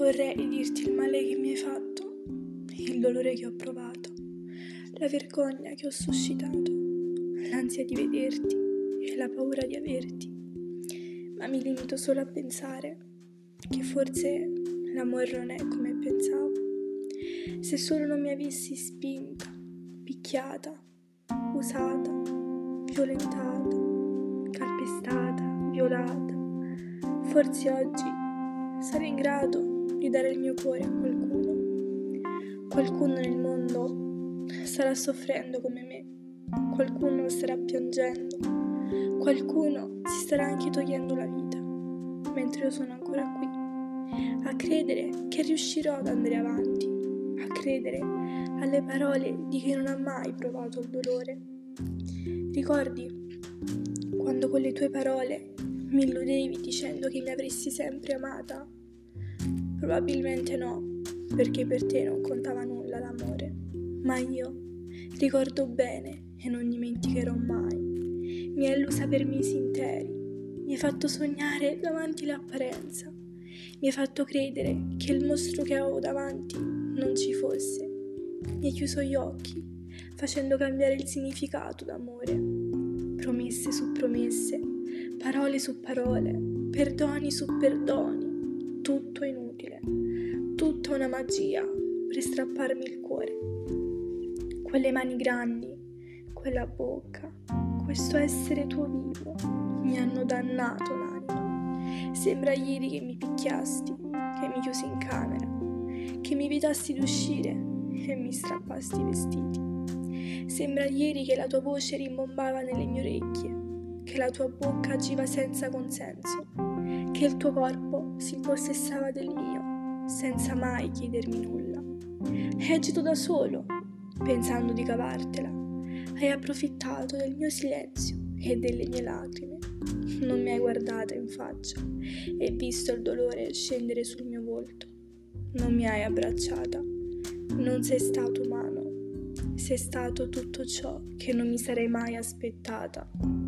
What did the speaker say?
vorrei dirti il male che mi hai fatto, il dolore che ho provato, la vergogna che ho suscitato, l'ansia di vederti e la paura di averti, ma mi limito solo a pensare che forse l'amore non è come pensavo. Se solo non mi avessi spinta, picchiata, usata, violentata, calpestata, violata, forse oggi sarei in grado di dare il mio cuore a qualcuno. Qualcuno nel mondo starà soffrendo come me, qualcuno starà piangendo, qualcuno si starà anche togliendo la vita, mentre io sono ancora qui, a credere che riuscirò ad andare avanti, a credere alle parole di chi non ha mai provato il dolore. Ricordi quando con le tue parole mi illudevi dicendo che mi avresti sempre amata? Probabilmente no, perché per te non contava nulla l'amore, ma io ricordo bene e non dimenticherò mai. Mi hai illusa per mesi interi, mi hai fatto sognare davanti l'apparenza, mi hai fatto credere che il mostro che avevo davanti non ci fosse, mi hai chiuso gli occhi, facendo cambiare il significato d'amore. Promesse su promesse, parole su parole, perdoni su perdoni, tutto inutile, tutta una magia per strapparmi il cuore. Quelle mani grandi, quella bocca, questo essere tuo vivo, mi hanno dannato l'anima. Sembra ieri che mi picchiasti, che mi chiusi in camera, che mi evitasti di uscire e mi strappasti i vestiti. Sembra ieri che la tua voce rimbombava nelle mie orecchie, che la tua bocca agiva senza consenso, che il tuo corpo si impossessava del mio, senza mai chiedermi nulla. Hai agito da solo, pensando di cavartela. Hai approfittato del mio silenzio e delle mie lacrime. Non mi hai guardata in faccia e visto il dolore scendere sul mio volto. Non mi hai abbracciata. Non sei stato umano. Sei stato tutto ciò che non mi sarei mai aspettata.